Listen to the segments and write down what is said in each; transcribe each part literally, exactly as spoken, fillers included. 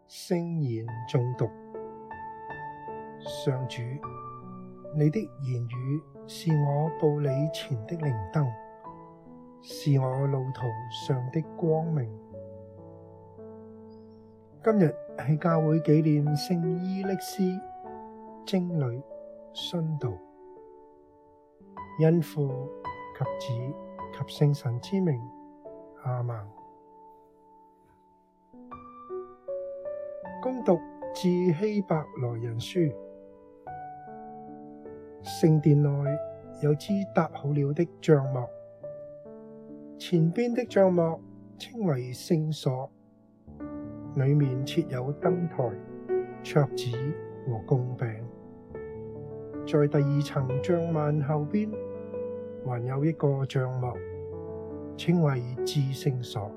聖言誦讀。上主，你的言語是我步履前的靈燈，是我路途上的光明。今日係教會紀念聖伊匿斯、貞女、殉道，因父及子及聖神之名，阿們。恭讀致希伯來人書。聖殿內有支搭好了的帳幕，前邊的帳幕稱為聖所，裡面設有燈臺、桌子和供餅。在第二層帳幔後邊，還有一個帳幕，稱為至聖所。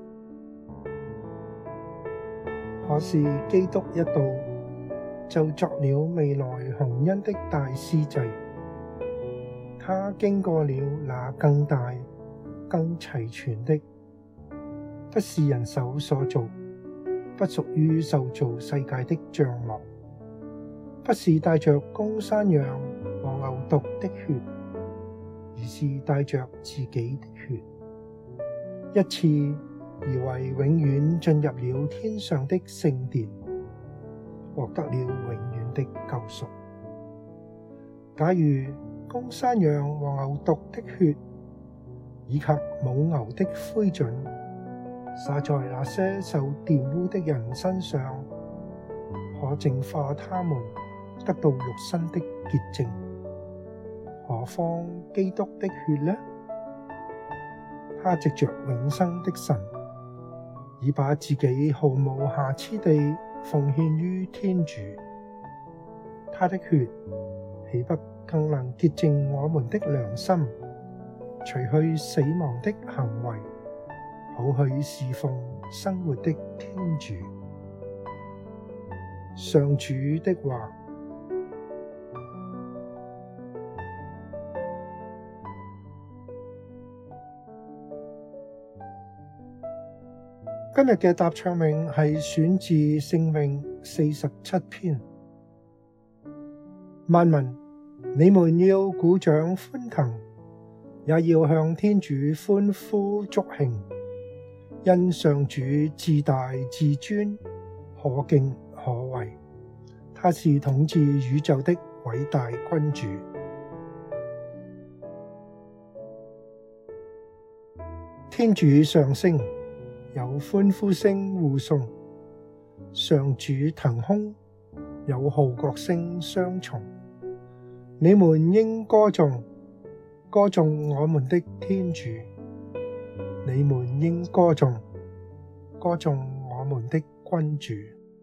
可是基督一到，就作了未來洪恩的大司祭。他經過了那更大、更齊全的，不是人手所造，不屬於受造世界的帳幕，不是帶着公山羊和牛犢的血，而是帶着自己的血，一次而為永遠進入了天上的聖殿，獲得了永遠的救贖。假如公山羊和牛犢的血，以及母牛的灰燼，灑在那些受玷污的人身上，可淨化他們，得到肉身的潔淨，何況基督的血呢？他藉着永生的神，已把自己毫無瑕疵地奉獻於天主。他的血豈不更能潔淨我們的良心，除去死亡的行為，好去侍奉生活的天主。上主的話。今日嘅答唱詠係選自聖詠四十七篇。萬民，你們要鼓掌歡騰，也要向天主歡呼祝慶，因上主至大至尊，可敬可畏，他是統治宇宙的偉大君主。天主上升，有歡呼聲護送，上主騰空，有號角聲相從。你們應歌頌，歌頌我們的天主；你們應歌頌，歌頌我們的君主。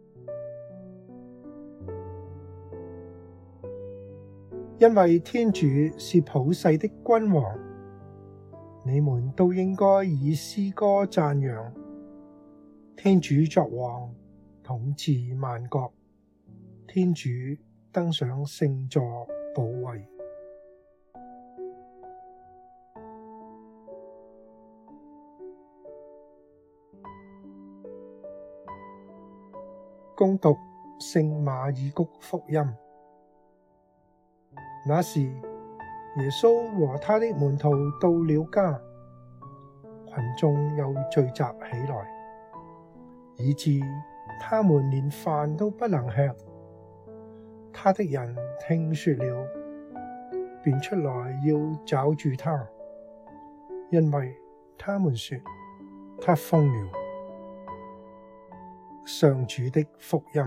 因為天主是普世的君王，你們都應該以詩歌讚揚。天主作王，統治萬國，天主登上聖座寶位。恭讀聖馬爾谷福音。那時，耶穌和他的門徒到了家，群眾又聚集起來，以致他們連飯都不能吃。他的人聽說了，便出來要抓住他，因為他們說他瘋了。上主的福音。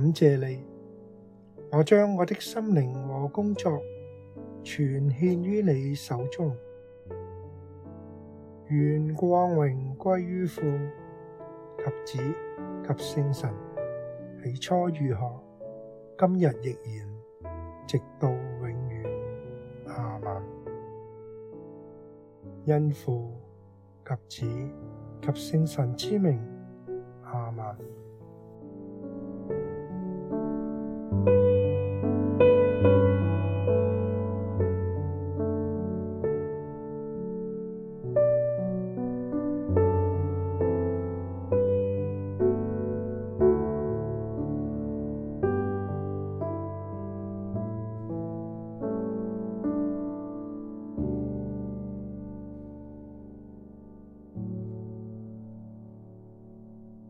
感謝你，我將我的心靈和工作全獻於你手中。願光榮歸於父及子及聖神，起初如何，今日亦然，直到永遠。阿們。因父及子及聖神之名。阿們。